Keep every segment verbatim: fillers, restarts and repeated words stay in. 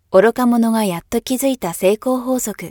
愚か者がやっと気づいた成功法則。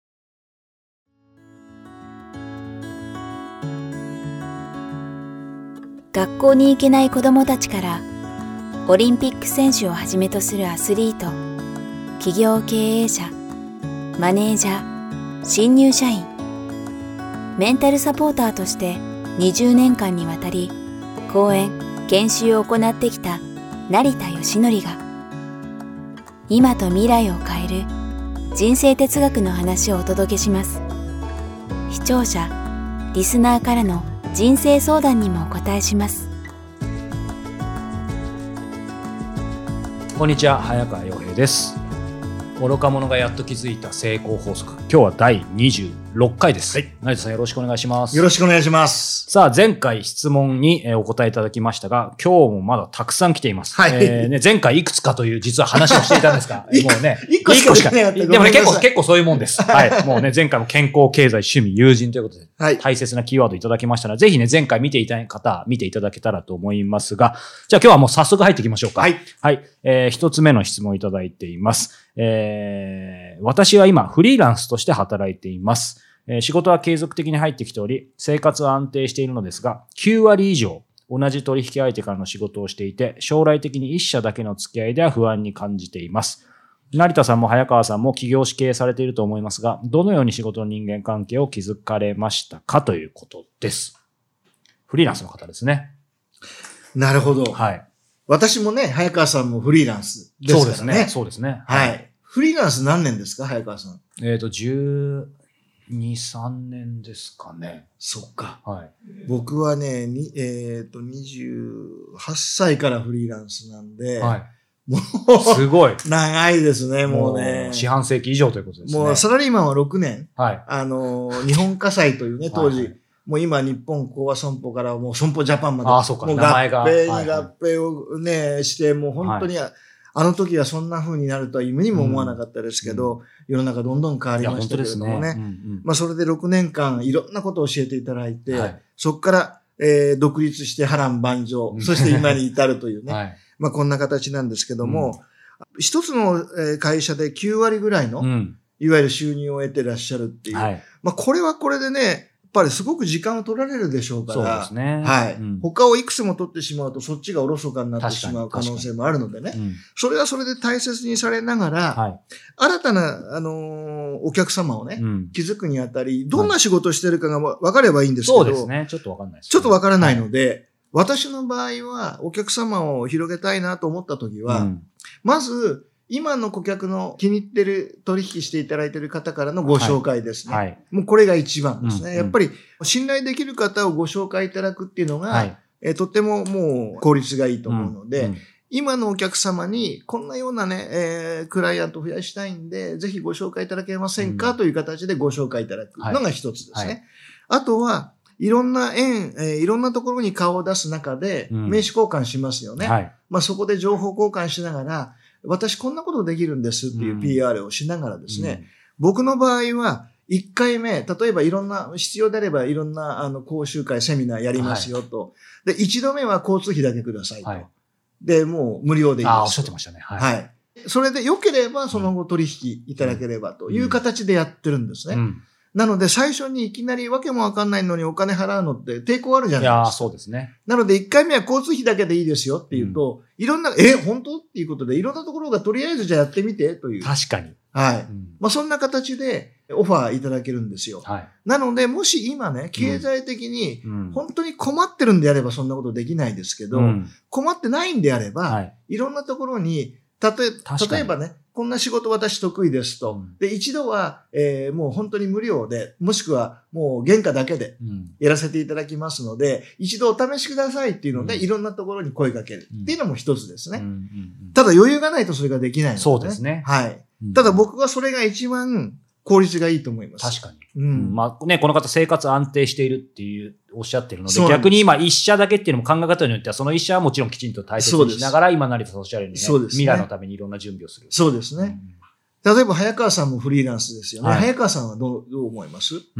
学校に行けない子どもたちから、オリンピック選手をはじめとするアスリート、企業経営者、マネージャー、新入社員、メンタルサポーターとしてにじゅうねんかんにわたり講演・研修を行ってきた成田義則が、今と未来を変える人生哲学の話をお届けします。視聴者、リスナーからの人生相談にもお答えします。 こんにちは、早川洋平です。愚か者がやっと気づいた成功法則、今日はだいにじゅうろっかいです。はい、成田さんよろしくお願いします。 よろしくお願いします。 さあ、前回質問にお答えいただきましたが、今日もまだたくさん来ています。はい。えー、ね、前回いくつかという実は話をしていたんですが、もうね、 いっこしかできなかった。 でもね、結構、結構そういうもんです。はい。もうね、前回も健康、経済、趣味、友人ということで、はい、大切なキーワードいただきましたので、ぜひね、前回見ていただいた方、見ていただけたらと思いますが、じゃあ今日はもう早速入っていきましょうか。はい。はい。えー、一つ目の質問をいただいています。えー、私は今、フリーランスとして働いています。えー、仕事は継続的に入ってきており、生活は安定しているのですが、きゅうわり以上、同じ取引相手からの仕事をしていて、将来的に一社だけの付き合いでは不安に感じています。成田さんも早川さんも起業し経営されていると思いますが、どのように仕事の人間関係を築かれましたかということです。フリーランスの方ですね。 なるほど。 はい。 私もね、早川さんもフリーランスですからね。 そうですね。そうですね。 はい。はい、フリーランス何年ですか、早川さん。 えっと、じゅうに、さんねんですかね。 そっか。 はい。 僕はね、にえっと、にじゅうはっさいからフリーランスなんで、はい。もう、すごい。長いですね、もうね。 もう四半世紀以上ということですね。 もうサラリーマンはろくねん。 はい。 あの、日本火災というね、当時、はいはい、もう今日本興和損保からもう損保ジャパンまで。 ああ、そうか。 もう合併に合併をね、して、もう本当に、はい、あの時はそんな風になるとは夢にも思わなかったですけど、うん、世の中どんどん変わりましたけれどもね。ねうんうん、まあそれでろくねんかんいろんなことを教えていただいて、はい、そこから、えー、独立して波乱万丈、うん、そして今に至るというね。はい、まあこんな形なんですけども、うん一つの会社できゅうわりぐらいの、うん、いわゆる収入を得てらっしゃるっていう。はい、まあこれはこれでね、やっぱりすごく時間を取られるでしょうから。 そうですね。 はい、うん。他をいくつも取ってしまうとそっちがおろそかになってしまう可能性もあるのでね。うん、それはそれで大切にされながら、はい、新たな、あのー、お客様をね、うん、気づくにあたり、どんな仕事をしてるかが分かればいいんですけど。 そうですね。ちょっと分かんないです、ね。 ちょっと分からないので、はい、私の場合はお客様を広げたいなと思ったときは、うん、まず、今の顧客の気に入ってる取引していただいている方からのご紹介ですね。はいはい、もうこれが一番ですね、うんうん。やっぱり信頼できる方をご紹介いただくっていうのが、はい、えとってももう効率がいいと思うので、うんうん、今のお客様にこんなようなね、えー、クライアントを増やしたいんで、ぜひご紹介いただけませんか、うん、という形でご紹介いただくのが一つですね。はいはい、あとは、いろんな縁、えー、いろんなところに顔を出す中で、名刺交換しますよね。うんはい、まあそこで情報交換しながら、私こんなことできるんですっていう ピーアール をしながらですね、うん、僕の場合は、いっかいめ、例えばいろんな、必要であればいろんな、あの、講習会、セミナーやりますよと。はい、で、いちどめは交通費だけくださいと。はい、で、もう無料でいいです。 ああ、おっしゃってましたね。はい。 はい。それで良ければ、その後取引いただければという形でやってるんですね。うんうんなので、最初にいきなりわけもわかんないのにお金払うのって抵抗あるじゃないですか。いやそうですね。 なので、いっかいめは交通費だけでいいですよっていうと、うん、いろんな、え、本当っていうことで、いろんなところがとりあえずじゃあやってみてという。 確かに。 はい。うん、まあ、そんな形でオファーいただけるんですよ。はい。なので、もし今ね、経済的に本当に困ってるんであればそんなことできないですけど、うん、困ってないんであれば、はい、いろんなところに、たとえ、例えばね、こんな仕事私得意ですと。うん、で、一度は、えー、もう本当に無料で、もしくはもう原価だけでやらせていただきますので、うん、一度お試しくださいっていうので、うん、いろんなところに声かけるっていうのも一つですね。うんうんうん、ただ余裕がないとそれができないので、ね。 そうですね。 はい。うん、ただ僕はそれが一番効率がいいと思います。 確かに。うん。まあね、この方生活安定しているっていうおっしゃってるので、逆に今一社だけっていうのも考え方によっては、その一社はもちろんきちんと大切にしながら、今成田さんおっしゃるようにね、そうですね、未来のためにいろんな準備をする。 そうですね。うん例えば早川さんもフリーランスですよね。はい、早川さんはどう、どう思います？ うん、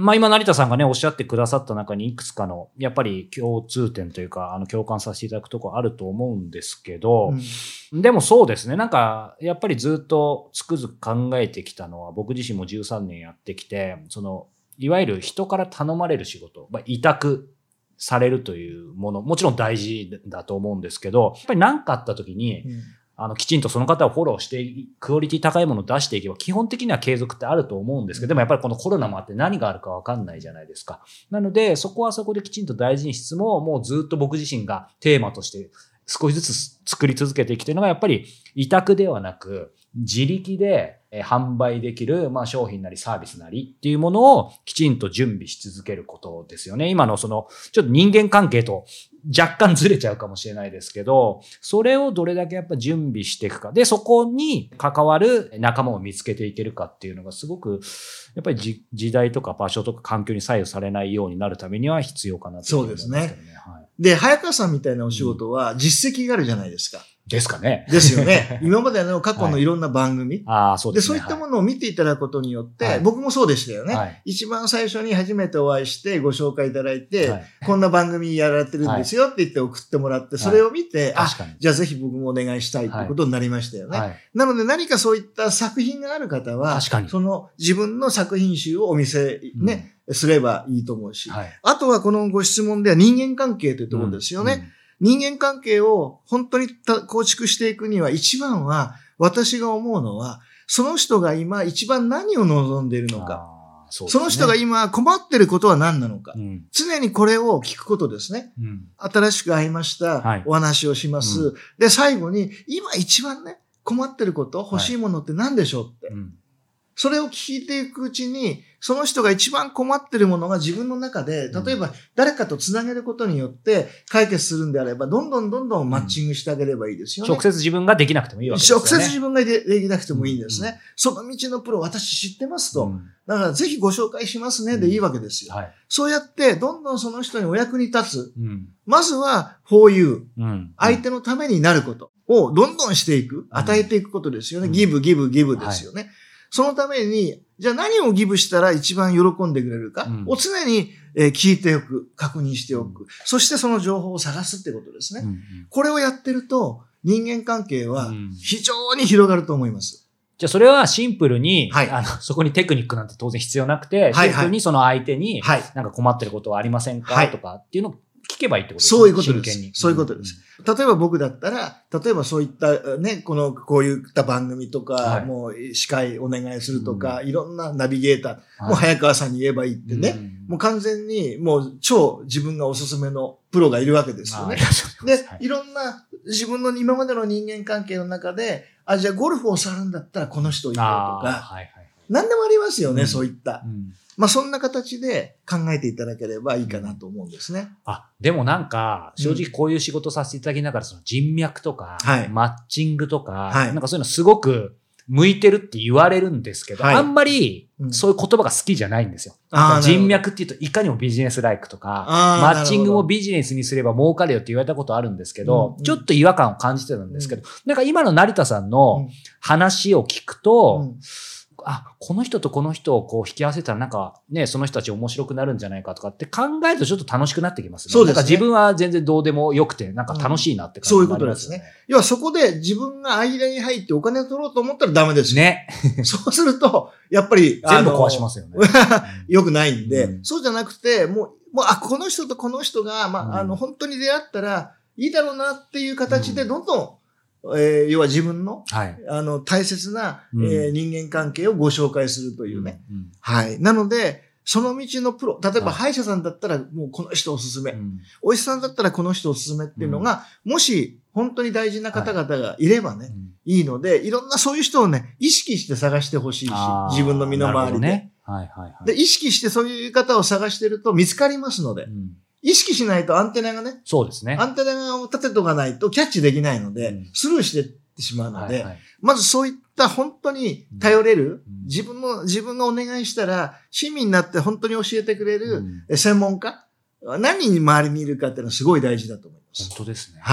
まあ今成田さんがね、おっしゃってくださった中にいくつかの、やっぱり共通点というか、あの共感させていただくところあると思うんですけど、うん、でもそうですね、なんかやっぱりずっとつくづく考えてきたのは、僕自身もじゅうさんねんやってきて、その、いわゆる人から頼まれる仕事、まあ、委託されるというもの、もちろん大事だと思うんですけど、やっぱり何かあった時に、うんあの、きちんとその方をフォローして、クオリティ高いものを出していけば、基本的には継続ってあると思うんですけど、でもやっぱりこのコロナもあって何があるかわかんないじゃないですか。なので、そこはそこできちんと大事にしつつも、もうずっと僕自身がテーマとして少しずつ作り続けていくというのが、やっぱり委託ではなく、自力で販売できる、まあ商品なりサービスなりっていうものをきちんと準備し続けることですよね。今のその、ちょっと人間関係と若干ずれちゃうかもしれないですけど、それをどれだけやっぱ準備していくか。で、そこに関わる仲間を見つけていけるかっていうのがすごく、やっぱり時代とか場所とか環境に左右されないようになるためには必要かなと思いますけどね。 そうですね。はい、で、早川さんみたいなお仕事は実績があるじゃないですか。 ですかね。 ですよね。今までの過去のいろんな番組。 はい、ああ、そうですね。 で、そういったものを見ていただくことによって、 はい、 僕もそうでしたよね、はい。一番最初に初めてお会いしてご紹介いただいて、はい、こんな番組やられてるんですよって言って送ってもらって、それを見て、はい、あ、じゃあぜひ僕もお願いしたいっていうことになりましたよね。はい、なので何かそういった作品がある方は、確かにその自分の作品集をお見せね、うん、すればいいと思うし、はい、あとはこのご質問では人間関係というところですよね。うんうん人間関係を本当に構築していくには一番は私が思うのはその人が今一番何を望んでいるのか。そ, ね、その人が今困っていることは何なのか、うん。常にこれを聞くことですね。うん、新しく会いました、はい。お話をします、うん。で、最後に今一番ね、困っていること、欲しいものって何でしょうって。はいうんそれを聞いていくうちに、その人が一番困っているものが自分の中で、例えば誰かとつなげることによって解決するんであれば、どんどんどんどんマッチングしてあげればいいですよね。 直接自分ができなくてもいいわけですよね。 直接自分ができなくてもいいんですね。うんうん、その道のプロ私知ってますと。うん、だからぜひご紹介しますねでいいわけですよ。うんはい、そうやってどんどんその人にお役に立つ。うん、まずは フォーユー、うん。相手のためになることをどんどんしていく。与えていくことですよね。うん、ギブ、ギブ、ギブですよね。はいそのために、じゃあ何をギブしたら一番喜んでくれるかを常に聞いておく、確認しておく。うん、そしてその情報を探すってことですね。うんうん、これをやってると人間関係は非常に広がると思います。 うん、じゃあそれはシンプルに、はい、あのそこにテクニックなんて当然必要なくて、シンプルにその相手に、はい、なんか困ってることはありませんか、はい、とかっていうのを聞けばいいってことですね。 そういうことです。そういうことです。例えば僕だったら、例えばそういったね、この、こういった番組とか、はい、もう司会お願いするとか、うん、いろんなナビゲーター、はい、もう早川さんに言えばいいってね、うん、もう完全にもう超自分がおすすめのプロがいるわけですよね。で、はい、いろんな自分の今までの人間関係の中で、あ、じゃあゴルフを触るんだったらこの人いこうとか、はいはい、何でもありますよね、うん、そういった。うんまあそんな形で考えていただければいいかなと思うんですね。 あ、でもなんか、正直こういう仕事させていただきながら、その人脈とか、はい、マッチングとか、はい、なんかそういうのすごく向いてるって言われるんですけど、はい、あんまりそういう言葉が好きじゃないんですよ。うん、人脈って言うといかにもビジネスライクとか、マッチングもビジネスにすれば儲かるよって言われたことあるんですけど、うんうん、ちょっと違和感を感じてたんですけど、うん、なんか今の成田さんの話を聞くと、うんうんあ、この人とこの人をこう引き合わせたらなんかね、その人たち面白くなるんじゃないかとかって考えるとちょっと楽しくなってきますね。そうですね。なんか自分は全然どうでもよくて、なんか楽しいなって感じ、ねうん、そういうことですね。 要はそこで自分が間に入ってお金を取ろうと思ったらダメですよ。ね。そうすると、やっぱり。 全部壊しますよね。 よくないんで、うん、そうじゃなくて、もう、もう、あ、この人とこの人が、まあ、うん、あの、本当に出会ったらいいだろうなっていう形でどんどん、うんえー、要は自分の、はい、あの、大切な、うんえー、人間関係をご紹介するというね。うんうん、はい。なので、その道のプロ、例えば歯医者さんだったらもうこの人おすすめ、うん、お医者さんだったらこの人おすすめっていうのが、うん、もし本当に大事な方々がいればね、はい、いいので、いろんなそういう人をね、意識して探してほしいし、自分の身の回りで、ねはいはいはい。で、意識してそういう方を探してると見つかりますので、うん意識しないとアンテナがね。 そうですね。 アンテナを立てとかないとキャッチできないので、うん、スルーしていってしまうので、はいはい、まずそういった本当に頼れる、うん、自分の、自分がお願いしたら、親身になって本当に教えてくれる専門家、うん、何人周りにいるかっていうのはすごい大事だと思います。 本当ですね。 はい。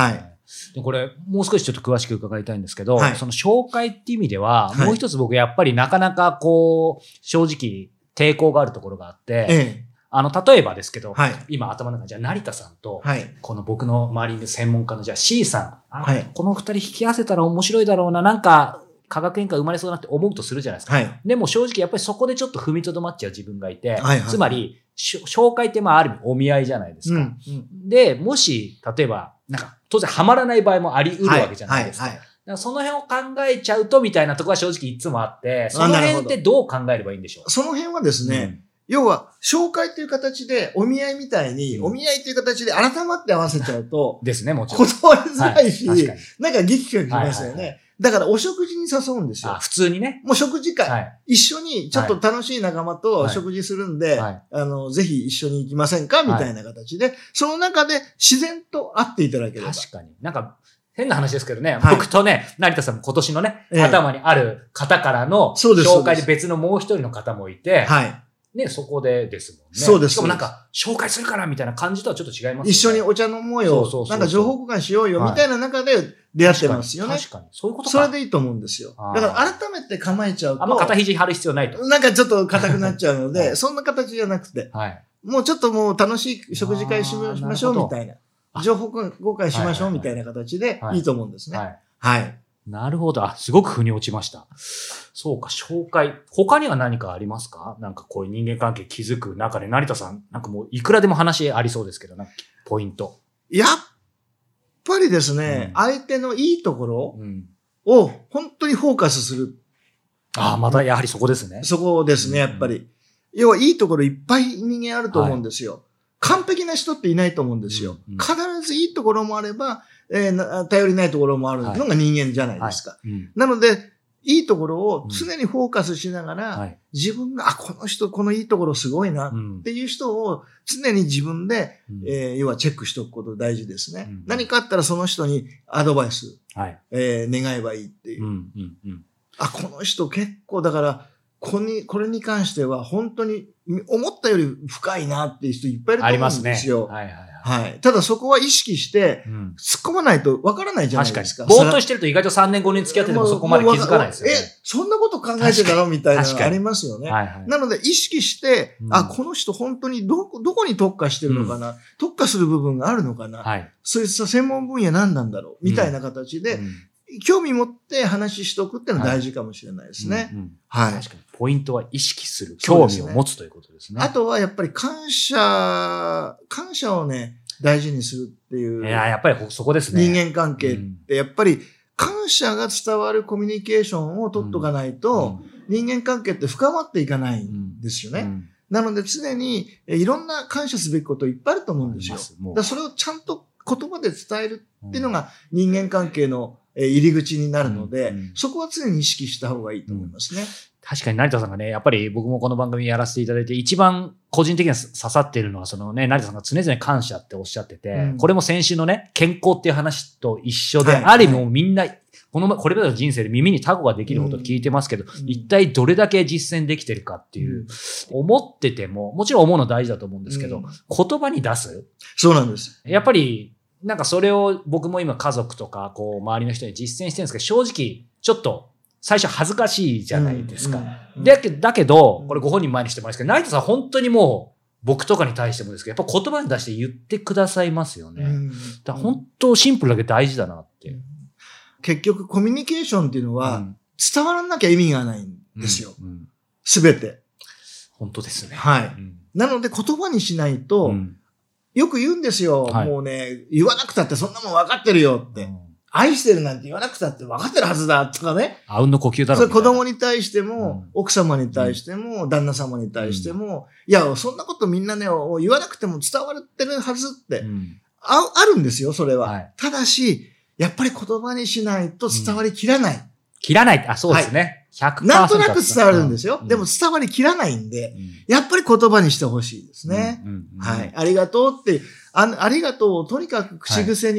でこれ、もう少しちょっと詳しく伺いたいんですけど、はい、その紹介っていう意味では、もう一つ僕やっぱりなかなかこう、正直抵抗があるところがあって、ええ、あの、例えばですけど、はい、今頭の中じゃあ成田さんと、はい、この僕の周りにいる専門家のじゃあ C さん、はい、この二人引き合わせたら面白いだろうな、なんか、化学変化生まれそうだなって思うとするじゃないですか。はい、でも正直やっぱりそこでちょっと踏みとどまっちゃう自分がいて、はいはい、つまり、紹介ってまあある意味お見合いじゃないですか。うんうん、で、もし、例えば、なんか、当然ハマらない場合もあり得るわけじゃないですか。はいはいはい、だからその辺を考えちゃうとみたいなところは正直いつもあって、その辺ってどう考えればいいんでしょう？ その辺はですね、うん、要は、紹介という形で、お見合いみたいに、うん、お見合いという形で改まって合わせちゃうと、 ですね、もちろん。 断りづらいし、はい、なんか激化きますよね。はいはいはい、だからお食事に誘うんですよ。 あ、普通にね。 もう食事会、はい。一緒にちょっと楽しい仲間と食事するんで、はいはい、あの、ぜひ一緒に行きませんかみたいな形で、はい、その中で自然と会っていただければ。 確かに。なんか、変な話ですけどね、はい、僕とね、成田さんも今年のね、ええ、頭にある方からの紹介で別のもう一人の方もいて、はい。ね、そこでですもんね。 そうです。 しかもなんか、紹介するからみたいな感じとはちょっと違いますよね。 一緒にお茶飲もうよ。そうそうそうそう、なんか情報交換しようよ、みたいな中で出会ってますよね。 確かに。確かに。そういうことか。 それでいいと思うんですよ。だから改めて構えちゃうと。 あんま肩肘張る必要ないと。 なんかちょっと硬くなっちゃうので、はい、そんな形じゃなくて。はい。もうちょっともう楽しい食事会しましょうみたいな。情報交換しましょうみたいな形でいいと思うんですね。はい。はい。 なるほど。あ、すごく腑に落ちました。そうか、紹介。他には何かありますか？なんかこういう人間関係築く中で、成田さん、なんかもういくらでも話ありそうですけど、なんかポイント。 やっぱりですね、うん、相手のいいところを本当にフォーカスする。 ああ、またやはりそこですね。 そこですね、やっぱり。うん、要はいいところいっぱい人間あると思うんですよ。はい、完璧な人っていないと思うんですよ。うんうん、必ずいいところもあれば、えー、頼りないところもあるのが人間じゃないですか。はいはい、うん、なので、いいところを常にフォーカスしながら、うんはい、自分が、あ、この人、このいいところすごいなっていう人を常に自分で、うんえー、要はチェックしておくこと大事ですね。うん、何かあったらその人にアドバイス、はいえー、願えばいいっていう、うんうんうん。あ、この人結構だから、これに、これに関しては本当に思ったより深いなっていう人いっぱいいると思うんですよ。ありますね。はいはいはい。はい。ただそこは意識して、突っ込まないとわからないじゃないですか。 確かに。ぼーっとしてると意外とさんねんごねん付き合っててもそこまで気づかないですよね。 え、そんなこと考えてたのみたいなのがありますよね。はいはい、なので意識して、うん、あ、この人本当にどこ、どこに特化してるのかな、うん、特化する部分があるのかな、はい、そういう専門分野何なんだろうみたいな形で、うんうん興味持って話しとくっていうのは大事かもしれないですね。はい。うんうん、はい、 確かに。ポイントは意識する。興味を持つということですね。 あとはやっぱり感謝、感謝をね、大事にするっていう。 いや、やっぱりそこですね。 人間関係って、やっぱり感謝が伝わるコミュニケーションを取っとかないと、うんうん、人間関係って深まっていかないんですよね。うんうん、なので常にいろんな感謝すべきこといっぱいあると思うんですよ。だからそれをちゃんと言葉で伝えるっていうのが人間関係の入り口になるので、うんうん、そこは常に意識した方がいいと思いますね。うん、 確かに成田さんがね、やっぱり僕もこの番組やらせていただいて、一番個人的には刺さっているのは、そのね、成田さんが常々感謝っておっしゃってて、うん、これも先週のね、健康っていう話と一緒で、はい、ある意味もうみんな、この、これまでの人生で耳にタコができること聞いてますけど、うん、一体どれだけ実践できてるかっていう、うん、思ってても、もちろん思うの大事だと思うんですけど、うん、言葉に出す。 そうなんです。 やっぱり、なんかそれを僕も今家族とか、こう、周りの人に実践してるんですけど、正直、ちょっと、最初恥ずかしいじゃないですか。うんうん、だけど、だけど、これご本人前にしてもらうんですけど、成田さん本当にもう、僕とかに対してもですけど、やっぱ言葉に出して言ってくださいますよね。うん、だから本当シンプルだけ大事だなって。 結局、コミュニケーションっていうのは、伝わらなきゃ意味がないんですよ。すべ、うんうん、て。 本当ですね。 はい。うん、なので、言葉にしないと、うんよく言うんですよ、はい。もうね、言わなくたってそんなもん分かってるよって。うん、愛してるなんて言わなくたって分かってるはずだとかね。 あうんの呼吸だろう。 それ子供に対しても、うん、奥様に対しても、うん、旦那様に対しても、うん、いや、そんなことみんなね、言わなくても伝わってるはずって、うん、あ、あるんですよ、それは、はい。ただし、やっぱり言葉にしないと伝わりきらない。うん、 切らない。あ、そうですね。はいひゃくパーセントなんとなく伝わるんですよ。うん、でも伝わりきらないんで、うん、やっぱり言葉にしてほしいですね、うんうんうん。はい。ありがとうってあ、ありがとうをとにかく口癖に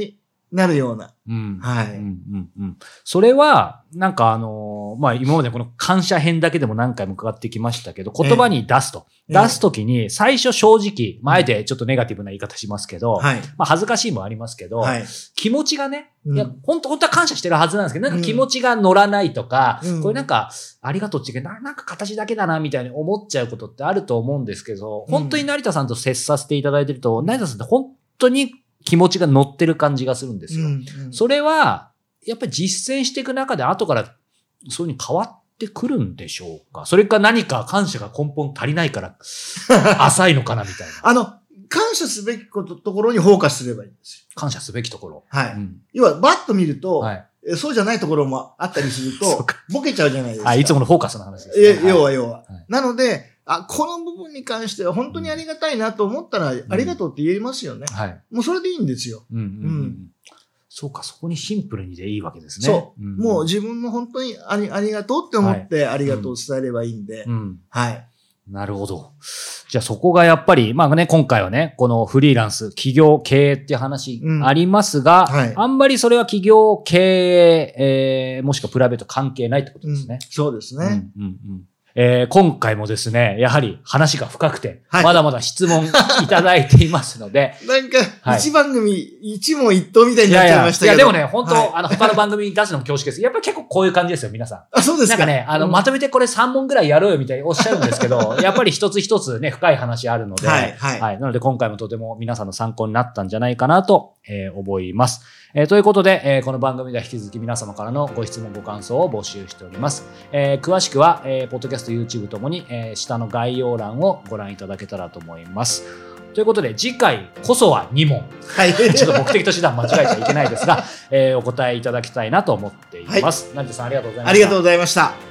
なるような。 うん。 はい。 うんうんうん。それは、なんかあのー、まあ今までこの感謝編だけでも何回も伺ってきましたけど、言葉に出すと。えー、出すときに、最初正直、まああえてちょっとネガティブな言い方しますけど、はい、まあ恥ずかしいもありますけど、はい、気持ちがね、うん、いや、本当本当は感謝してるはずなんですけど、なんか気持ちが乗らないとか、うん、これなんか、ありがとうって言うけど、なんか形だけだな、みたいに思っちゃうことってあると思うんですけど、本当に成田さんと接させていただいてると、成田さんって本当に気持ちが乗ってる感じがするんですよ。うんうん、それは、やっぱり実践していく中で後からそういう風に変わってくるんでしょうか？それか何か感謝が根本足りないから浅いのかなみたいな。 あの、感謝すべきこと、ところにフォーカスすればいいんですよ。 感謝すべきところ。 はい。うん、要は、バッと見ると、はい、そうじゃないところもあったりすると、ボケちゃうじゃないですか。 あ、いつものフォーカスの話です、ね。 え、要は要は。はい、なので、あ、この部分に関しては本当にありがたいなと思ったら、うん、ありがとうって言えますよね。はい。もうそれでいいんですよ。うんうんうん。うん、 そうか、そこにシンプルにでいいわけですね。 そう。うん、もう自分の本当にあり、ありがとうって思ってありがとうを伝えればいいんで。うんうん、はい。 なるほど。じゃあそこがやっぱり、まあね、今回はね、このフリーランス、企業経営って話ありますが、うんはい、あんまりそれは企業経営、えー、もしくはプライベート関係ないってことですね。 うん、そうですね。 うんうんうんえー、今回もですね、やはり話が深くて、はい、まだまだ質問いただいていますので。 なんか、一番組、一問一答みたいになっちゃいましたけど。 いやいや、いやでもね、本当、はい、あの、他の番組に出すのも恐縮です。やっぱり結構こういう感じですよ、皆さん。 あ、そうですか。 なんかね、あの、うん、まとめてこれさん問ぐらいやろうよみたいにおっしゃるんですけど、やっぱり一つ一つね、深い話あるので、はい、はい。はい。なので今回もとても皆さんの参考になったんじゃないかなと、えー、思います。えー、ということで、えー、この番組では引き続き皆様からのご質問ご感想を募集しております。えー、詳しくは、えー、ポッドキャスト、YouTube ともに、えー、下の概要欄をご覧いただけたらと思います。ということで、次回こそはに問。はい。ちょっと目的と手段間違えちゃいけないですが、えー、お答えいただきたいなと思っています。はい、成田さんありがとうございました。 ありがとうございました。